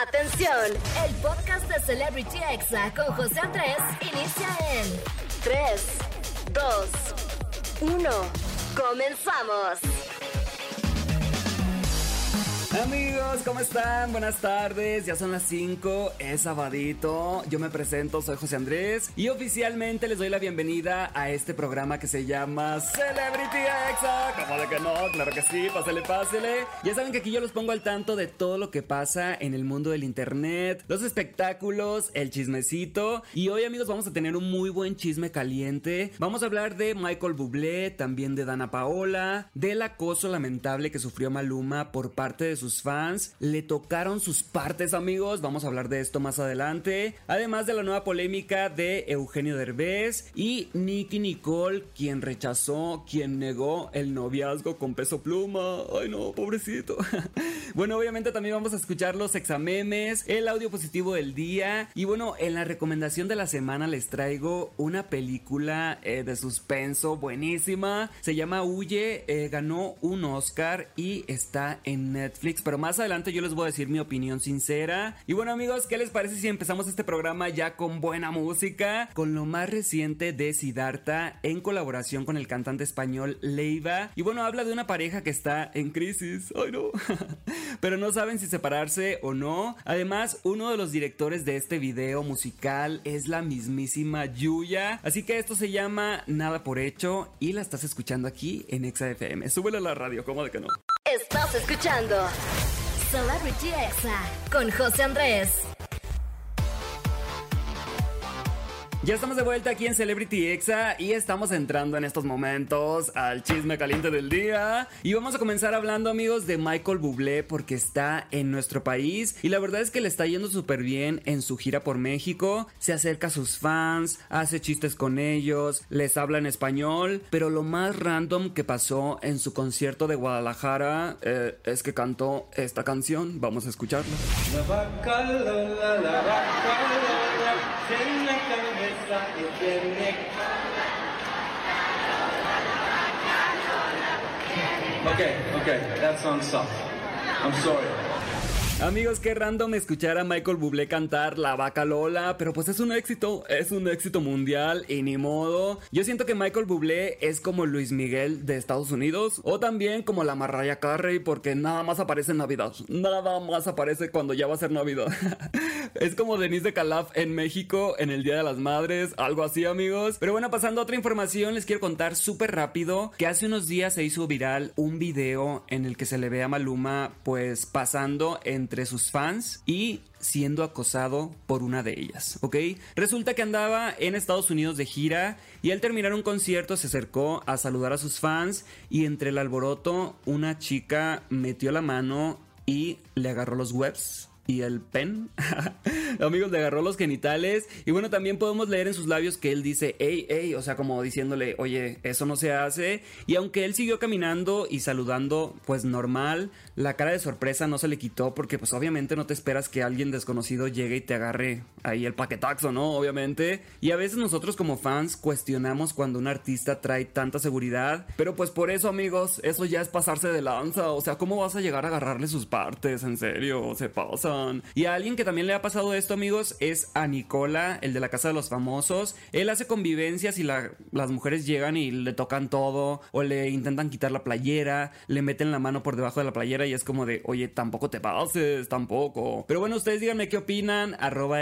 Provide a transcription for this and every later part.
Atención, el podcast de Celebrity Exa con José Andrés inicia en 3, 2, 1. ¡Comenzamos! Amigos, ¿cómo están? Buenas tardes, ya son las 5, es sabadito. Yo me presento, soy José Andrés y oficialmente les doy la bienvenida a este programa que se llama Celebrity Exa. ¿Cómo de que no? Claro que sí, pásele. Ya saben que aquí yo los pongo al tanto de todo lo que pasa en el mundo del internet, los espectáculos, el chismecito. Y hoy, amigos, vamos a tener un muy buen chisme caliente. Vamos a hablar de Michael Bublé, también de Dana Paola, del acoso lamentable que sufrió Maluma por parte de sus fans. Le tocaron sus partes, amigos. Vamos a hablar de esto más adelante. Además de la nueva polémica de Eugenio Derbez y Nicki Nicole, quien rechazó, quien negó el noviazgo con Peso Pluma. Ay no, pobrecito. Bueno, obviamente también vamos a escuchar los examemes, el audio positivo del día. Y bueno, en la recomendación de la semana les traigo una película de suspenso buenísima. Se llama Huye, ganó un Oscar y está en Netflix. Pero más adelante yo les voy a decir mi opinión sincera. Y bueno, amigos, ¿qué les parece si empezamos este programa ya con buena música? Con lo más reciente de Siddhartha en colaboración con el cantante español Leiva. Y bueno, habla de una pareja que está en crisis. Ay no. Pero no saben si separarse o no. Además, uno de los directores de este video musical es la mismísima Yuya. Así que esto se llama Nada por Hecho y la estás escuchando aquí en Exa FM. Súbele a la radio, ¿cómo de que no? Estás escuchando Celebrity Exa con José Andrés. Ya estamos de vuelta aquí en Celebrity Exa y estamos entrando en estos momentos al chisme caliente del día. Y vamos a comenzar hablando, amigos, de Michael Bublé porque está en nuestro país y la verdad es que le está yendo súper bien en su gira por México. Se acerca a sus fans, hace chistes con ellos, les habla en español. Pero lo más random que pasó en su concierto de Guadalajara es que cantó esta canción. Vamos a escucharla. La vaca Lola, la vaca Lola, en la cabeza y tiene... Okay, that song sucks. I'm sorry. Amigos, qué random escuchar a Michael Bublé cantar La Vaca Lola, pero pues es un éxito mundial y ni modo. Yo siento que Michael Bublé es como Luis Miguel de Estados Unidos o también como la Mariah Carey porque nada más aparece en Navidad, nada más aparece cuando ya va a ser Navidad. Es como Denise de Calaf en México en el Día de las Madres, algo así, amigos. Pero bueno, pasando a otra información, les quiero contar súper rápido que hace unos días se hizo viral un video en el que se le ve a Maluma pues pasando entre sus fans y siendo acosado por una de ellas, ¿ok? Resulta que andaba en Estados Unidos de gira y al terminar un concierto se acercó a saludar a sus fans y entre el alboroto una chica metió la mano y le agarró los webs y el pen. Amigos, le agarró los genitales. Y bueno, también podemos leer en sus labios que él dice ey, o sea, como diciéndole, oye, eso no se hace. Y aunque él siguió caminando y saludando pues normal, la cara de sorpresa no se le quitó porque pues obviamente no te esperas que alguien desconocido llegue y te agarre ahí el paquetaxo, ¿no? Obviamente. Y a veces nosotros como fans cuestionamos cuando un artista trae tanta seguridad, pero pues por eso, amigos, eso ya es pasarse de lanza. O sea, ¿cómo vas a llegar a agarrarle sus partes? En serio, se pasan. Y a alguien que también le ha pasado esto, amigos, es a Nicola, el de la Casa de los Famosos. Él hace convivencias y las mujeres llegan y le tocan todo o le intentan quitar la playera, le meten la mano por debajo de la playera y es como de, oye, tampoco te pases, tampoco. Pero bueno, ustedes díganme qué opinan,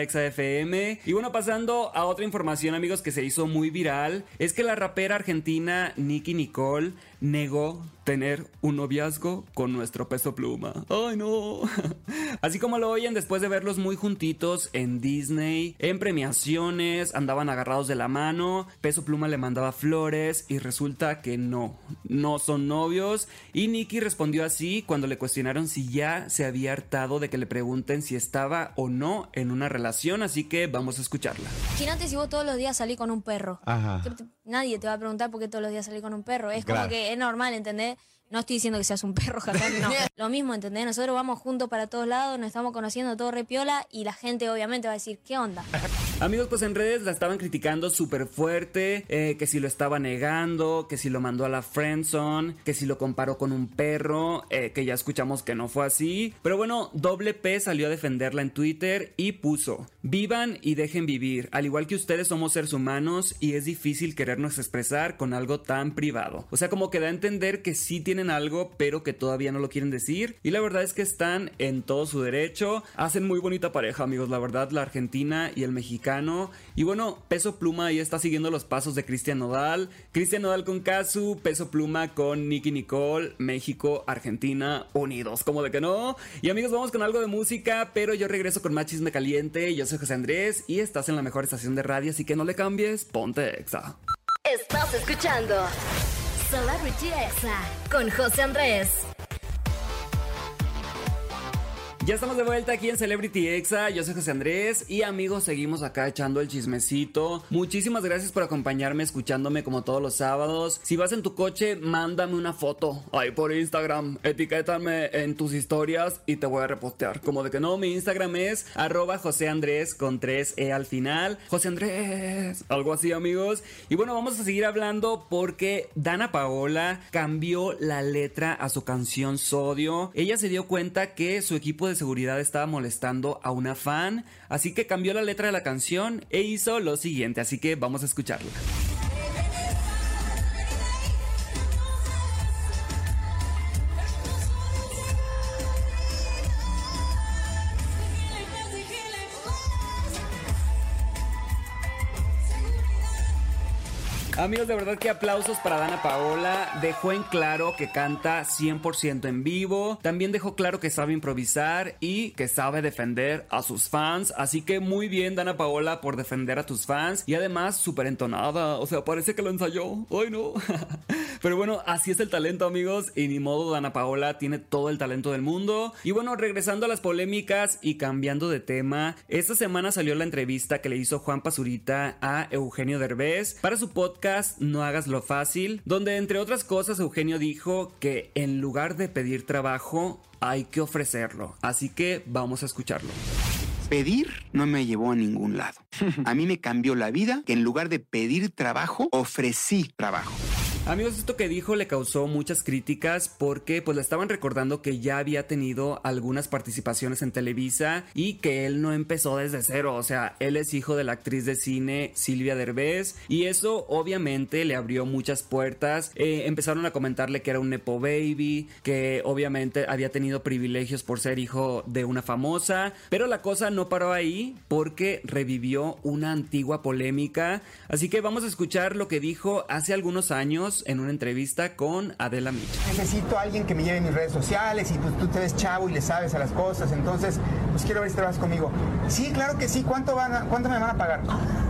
@exafm. Y bueno, pasando a otra información, amigos, que se hizo muy viral, es que la rapera argentina Nicki Nicole negó tener un noviazgo con nuestro Peso Pluma. ¡Ay, no! Así como lo oyen, después de verlos muy juntitos en Disney, en premiaciones, andaban agarrados de la mano, Peso Pluma le mandaba flores y resulta que no son novios. Y Nicki respondió así cuando le cuestionaron si ya se había hartado de que le pregunten si estaba o no en una relación, así que vamos a escucharla. Imagínate si vos todos los días salís con un perro. Ajá. Nadie te va a preguntar por qué todos los días salís con un perro. Es Claro. como que es normal, ¿entendés? No estoy diciendo que seas un perro, jamás, no. Lo mismo, ¿entendés? Nosotros vamos juntos para todos lados, nos estamos conociendo todo re piola y la gente obviamente va a decir, ¿qué onda? Amigos, pues en redes la estaban criticando súper fuerte, que si lo estaba negando, que si lo mandó a la friendzone, que si lo comparó con un perro, que ya escuchamos que no fue así. Pero bueno, Doble P salió a defenderla en Twitter y puso: vivan y dejen vivir, al igual que ustedes somos seres humanos y es difícil querernos expresar con algo tan privado. O sea, como que da a entender que sí tienen algo, pero que todavía no lo quieren decir. Y la verdad es que están en todo su derecho. Hacen muy bonita pareja, amigos, la verdad, la argentina y el mexicano. Y bueno, Peso Pluma ahí está siguiendo los pasos de Cristian Nodal. Cristian Nodal con Cazzu, Peso Pluma con Nicki Nicole, México, Argentina, unidos, como de que no. Y amigos, vamos con algo de música, pero yo regreso con más chisme caliente. Yo soy José Andrés y estás en la mejor estación de radio, así que no le cambies, ponte Exa. Estás escuchando Celebrity Exa con José Andrés. Ya estamos de vuelta aquí en Celebrity Exa, yo soy José Andrés y amigos, seguimos acá echando el chismecito. Muchísimas gracias por acompañarme, escuchándome como todos los sábados. Si vas en tu coche, mándame una foto ahí por Instagram, etiquétame en tus historias y te voy a repostear. Como de que no, mi Instagram es @JoséAndrés con 3E al final. José Andrés, algo así, amigos. Y bueno, vamos a seguir hablando porque Dana Paola cambió la letra a su canción Sodio. Ella se dio cuenta que su equipo de seguridad estaba molestando a una fan, así que cambió la letra de la canción e hizo lo siguiente, así que vamos a escucharla. Amigos, de verdad que aplausos para Dana Paola. Dejó en claro que canta 100% en vivo. También dejó claro que sabe improvisar y que sabe defender a sus fans. Así que muy bien, Dana Paola, por defender a tus fans. Y además, súper entonada. O sea, parece que lo ensayó. ¡Ay, no! Pero bueno, así es el talento, amigos. Y ni modo, Dana Paola tiene todo el talento del mundo. Y bueno, regresando a las polémicas y cambiando de tema, esta semana salió la entrevista que le hizo Juan Pazurita a Eugenio Derbez para su podcast No Hagas Lo Fácil, donde entre otras cosas Eugenio dijo que en lugar de pedir trabajo hay que ofrecerlo. Así que vamos a escucharlo. Pedir no me llevó a ningún lado. A mí me cambió la vida que en lugar de pedir trabajo, ofrecí trabajo. Amigos, esto que dijo le causó muchas críticas porque pues le estaban recordando que ya había tenido algunas participaciones en Televisa y que él no empezó desde cero. O sea, él es hijo de la actriz de cine Silvia Derbez y eso obviamente le abrió muchas puertas. Empezaron a comentarle que era un nepo baby, que obviamente había tenido privilegios por ser hijo de una famosa, pero la cosa no paró ahí porque revivió una antigua polémica. Así que vamos a escuchar lo que dijo hace algunos años en una entrevista con Adela Micha. Necesito a alguien que me lleve mis redes sociales y pues tú te ves chavo y le sabes a las cosas, entonces pues quiero ver si trabajas conmigo. Sí, claro que sí. ¿Cuánto me van a pagar?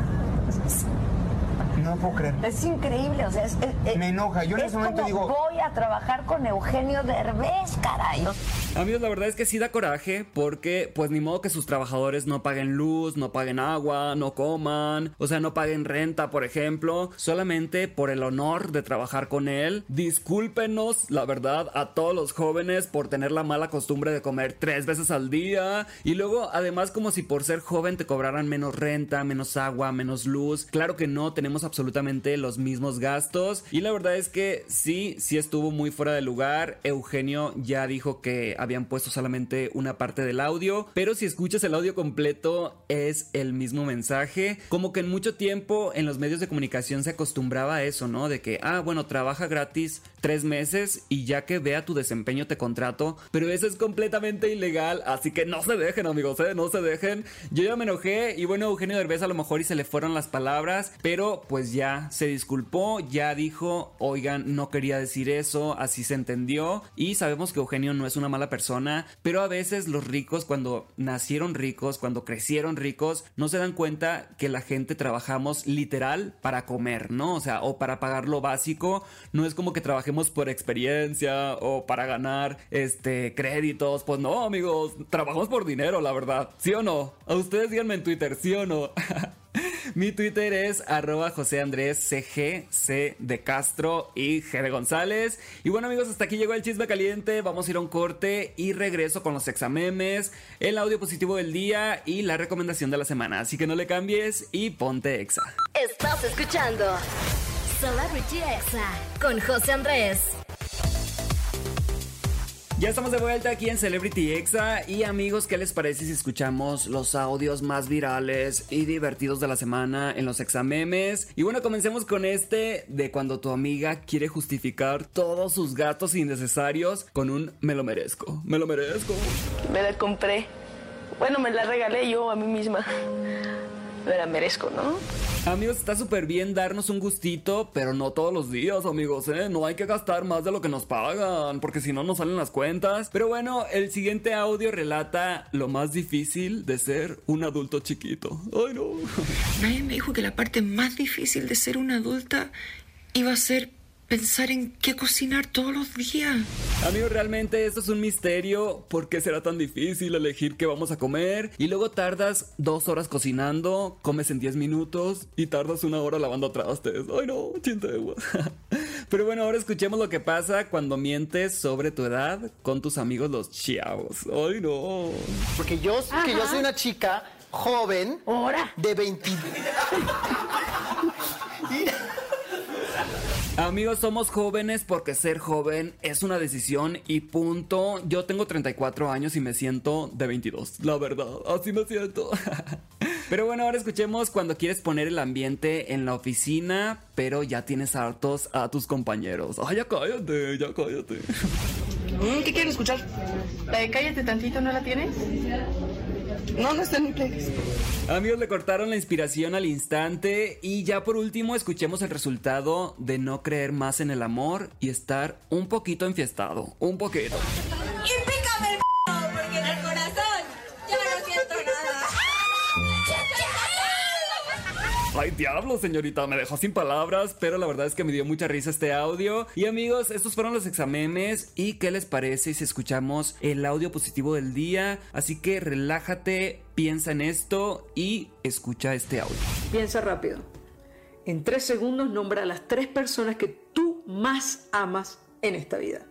No puedo creer. Es increíble, o sea, me enoja. Yo en ese momento digo, voy a trabajar con Eugenio Derbez, caray. Amigos, la verdad es que sí da coraje porque pues ni modo que sus trabajadores no paguen luz, no paguen agua, no coman, o sea, no paguen renta, por ejemplo, solamente por el honor de trabajar con él. Discúlpenos, la verdad, a todos los jóvenes por tener la mala costumbre de comer 3 veces al día y luego además como si por ser joven te cobraran menos renta, menos agua, menos luz. Claro que no, tenemos absolutamente los mismos gastos y la verdad es que sí estuvo muy fuera de lugar. Eugenio ya dijo que habían puesto solamente una parte del audio, pero si escuchas el audio completo es el mismo mensaje. Como que en mucho tiempo en los medios de comunicación se acostumbraba a eso, ¿no? De que, bueno, trabaja gratis 3 meses y ya que vea tu desempeño te contrato, pero eso es completamente ilegal, así que no se dejen, amigos, no se dejen. Yo ya me enojé y bueno, Eugenio Derbez a lo mejor y se le fueron las palabras, pero pues ya se disculpó, ya dijo, oigan, no quería decir eso, así se entendió y sabemos que Eugenio no es una mala persona, pero a veces los ricos cuando nacieron ricos, cuando crecieron ricos, no se dan cuenta que la gente trabajamos literal para comer, ¿no? O sea, o para pagar lo básico, no es como que trabajemos por experiencia o para ganar créditos, pues no, amigos, trabajamos por dinero, la verdad, ¿sí o no? A ustedes díganme en Twitter, ¿sí o no? Mi Twitter es @José_Andrés_CG, C de Castro y G de González. Y bueno, amigos, hasta aquí llegó el chisme caliente. Vamos a ir a un corte y regreso con los examemes, el audio positivo del día y la recomendación de la semana. Así que no le cambies y ponte exa. Estás escuchando Celebrity Exa con José Andrés. Ya estamos de vuelta aquí en Celebrity Exa. Y amigos, ¿qué les parece si escuchamos los audios más virales y divertidos de la semana en los examemes? Y bueno, comencemos con este de cuando tu amiga quiere justificar todos sus gastos innecesarios con un me lo merezco, me lo merezco. Me la compré. Bueno, me la regalé yo a mí misma. Me la merezco, ¿no? Amigos, está súper bien darnos un gustito, pero no todos los días, amigos, No hay que gastar más de lo que nos pagan, porque si no nos salen las cuentas. Pero bueno, el siguiente audio relata lo más difícil de ser un adulto chiquito. Ay, no. Nadie me dijo que la parte más difícil de ser una adulta iba a ser pensar en qué cocinar todos los días. Amigos, realmente esto es un misterio. ¿Por qué será tan difícil elegir qué vamos a comer? Y luego tardas 2 horas cocinando, comes en 10 minutos y tardas 1 hora lavando trastes. Ay no, chintegua. Pero bueno, ahora escuchemos lo que pasa cuando mientes sobre tu edad con tus amigos los chavos. Ay no. Porque yo soy una chica joven. ¿Ahora? De 20. Amigos, somos jóvenes porque ser joven es una decisión y punto. Yo tengo 34 años y me siento de 22, la verdad, así me siento. Pero bueno, ahora escuchemos cuando quieres poner el ambiente en la oficina, pero ya tienes hartos a tus compañeros. Ay, ya cállate, ya cállate. ¿Qué quieren escuchar? La de Cállate Tantito, ¿no la tienes? No está en mi playlist. Amigos, le cortaron la inspiración al instante. Y ya por último, escuchemos el resultado de no creer más en el amor y estar un poquito enfiestado. Un poquito. Y pícame el porque en el corazón yo no siento nada. Ay, diablo, señorita, me dejó sin palabras, pero la verdad es que me dio mucha risa este audio. Y amigos, estos fueron los examemes. ¿Y qué les parece si escuchamos el audio positivo del día? Así que relájate, piensa en esto y escucha este audio. Piensa rápido. En 3 segundos nombra a las 3 personas que tú más amas en esta vida.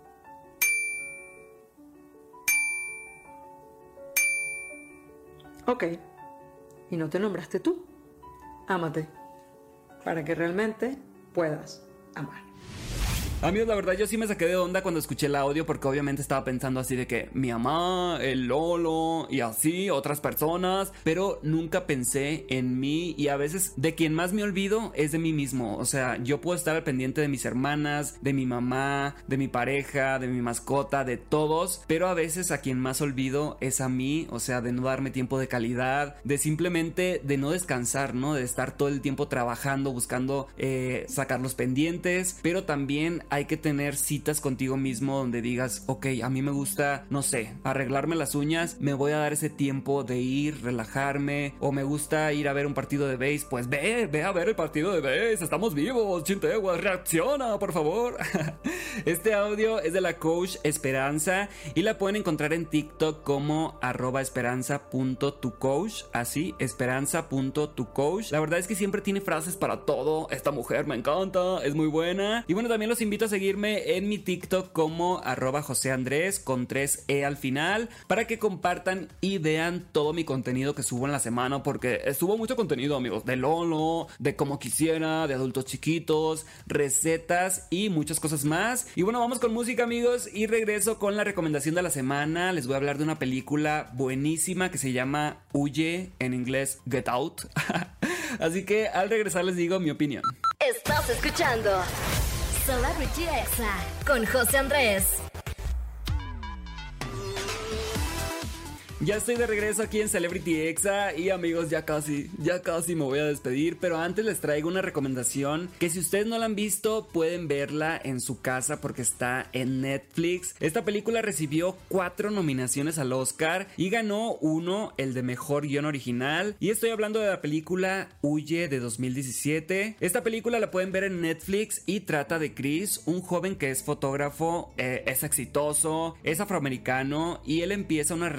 Ok. ¿Y no te nombraste tú? Ámate, para que realmente puedas amar. Amigos, la verdad yo sí me saqué de onda cuando escuché el audio, porque obviamente estaba pensando así de que mi mamá, el Lolo y así, otras personas, pero nunca pensé en mí. Y a veces de quien más me olvido es de mí mismo. O sea, yo puedo estar al pendiente de mis hermanas, de mi mamá, de mi pareja, de mi mascota, de todos, pero a veces a quien más olvido es a mí. O sea, de no darme tiempo de calidad, de simplemente de no descansar, ¿no? De estar todo el tiempo trabajando, buscando sacar los pendientes, pero también hay que tener citas contigo mismo donde digas, ok, a mí me gusta, no sé, arreglarme las uñas, me voy a dar ese tiempo de ir, relajarme, o me gusta ir a ver un partido de base, pues ve a ver el partido de base, estamos vivos, chintegua, reacciona, por favor. Este audio es de la coach Esperanza y la pueden encontrar en TikTok como @esperanza.tucoach, así, esperanza.tucoach. La verdad es que siempre tiene frases para todo, esta mujer me encanta, es muy buena. Y bueno, también los invito a seguirme en mi TikTok como @JoséAndrés con 3E al final, para que compartan y vean todo mi contenido que subo en la semana, porque subo mucho contenido, amigos, de Lolo, de Como Quisiera, de adultos chiquitos, recetas y muchas cosas más. Y bueno, vamos con música, amigos, y regreso con la recomendación de la semana. Les voy a hablar de una película buenísima que se llama Huye, en inglés Get Out. Así que al regresar les digo mi opinión. Estás escuchando Celebrity Exa con José Andrés. Ya estoy de regreso aquí en Celebrity Exa y amigos, ya casi me voy a despedir, pero antes les traigo una recomendación que si ustedes no la han visto pueden verla en su casa porque está en Netflix. Esta película recibió 4 nominaciones al Oscar y ganó 1, el de mejor guión original, y estoy hablando de la película Huye de 2017. Esta película la pueden ver en Netflix y trata de Chris, un joven que es fotógrafo, es exitoso, es afroamericano y él empieza una relación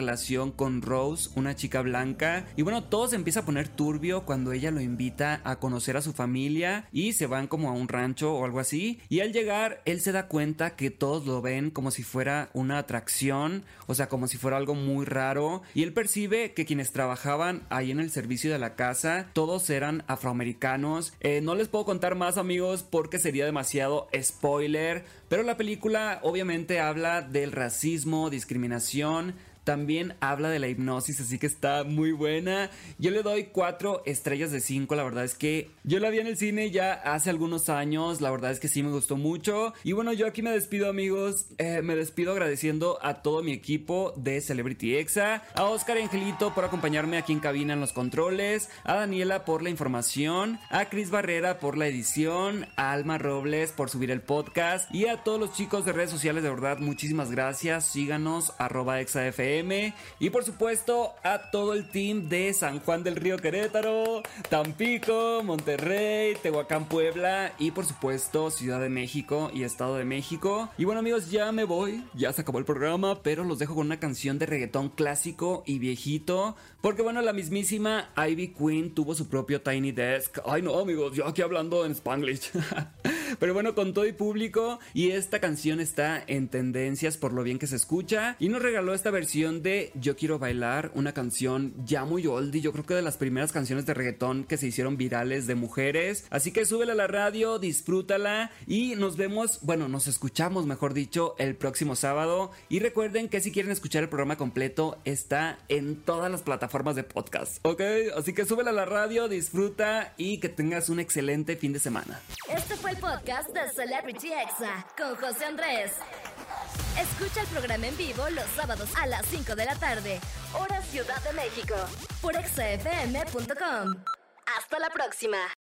reggaetón con Rose, una chica blanca. Y bueno, todo se empieza a poner turbio cuando ella lo invita a conocer a su familia y se van como a un rancho o algo así. Y al llegar, él se da cuenta que todos lo ven como si fuera una atracción, o sea, como si fuera algo muy raro. Y él percibe que quienes trabajaban ahí en el servicio de la casa, todos eran afroamericanos. No les puedo contar más, amigos, porque sería demasiado spoiler, pero la película obviamente habla del racismo, discriminación, también habla de la hipnosis, así que está muy buena. Yo le doy 4 estrellas de 5. La verdad es que yo la vi en el cine ya hace algunos años. La verdad es que sí me gustó mucho. Y bueno, yo aquí me despido, amigos. Me despido agradeciendo a todo mi equipo de Celebrity Exa, a Oscar y Angelito por acompañarme aquí en cabina en los controles, a Daniela por la información, a Cris Barrera por la edición, a Alma Robles por subir el podcast y a todos los chicos de redes sociales. De verdad, muchísimas gracias. Síganos @exafm. Y por supuesto a todo el team de San Juan del Río, Querétaro, Tampico, Monterrey, Tehuacán, Puebla y por supuesto Ciudad de México y Estado de México. Y bueno, amigos, ya me voy, ya se acabó el programa, pero los dejo con una canción de reggaetón clásico y viejito, porque bueno, la mismísima Ivy Queen tuvo su propio Tiny Desk. Ay no, amigos, yo aquí hablando en Spanglish. Pero bueno, con todo y público, y esta canción está en tendencias por lo bien que se escucha, y nos regaló esta versión de Yo Quiero Bailar, una canción ya muy oldie, yo creo que de las primeras canciones de reggaetón que se hicieron virales de mujeres. Así que súbela a la radio, disfrútala y nos vemos, bueno, nos escuchamos mejor dicho el próximo sábado. Y recuerden que si quieren escuchar el programa completo está en todas las plataformas de podcast, ¿ok? Así que súbela a la radio, disfruta y que tengas un excelente fin de semana. Este fue el podcast de Celebrity Exa con José Andrés. Escucha el programa en vivo los sábados a las 5 de la tarde, hora Ciudad de México, por exafm.com. Hasta la próxima.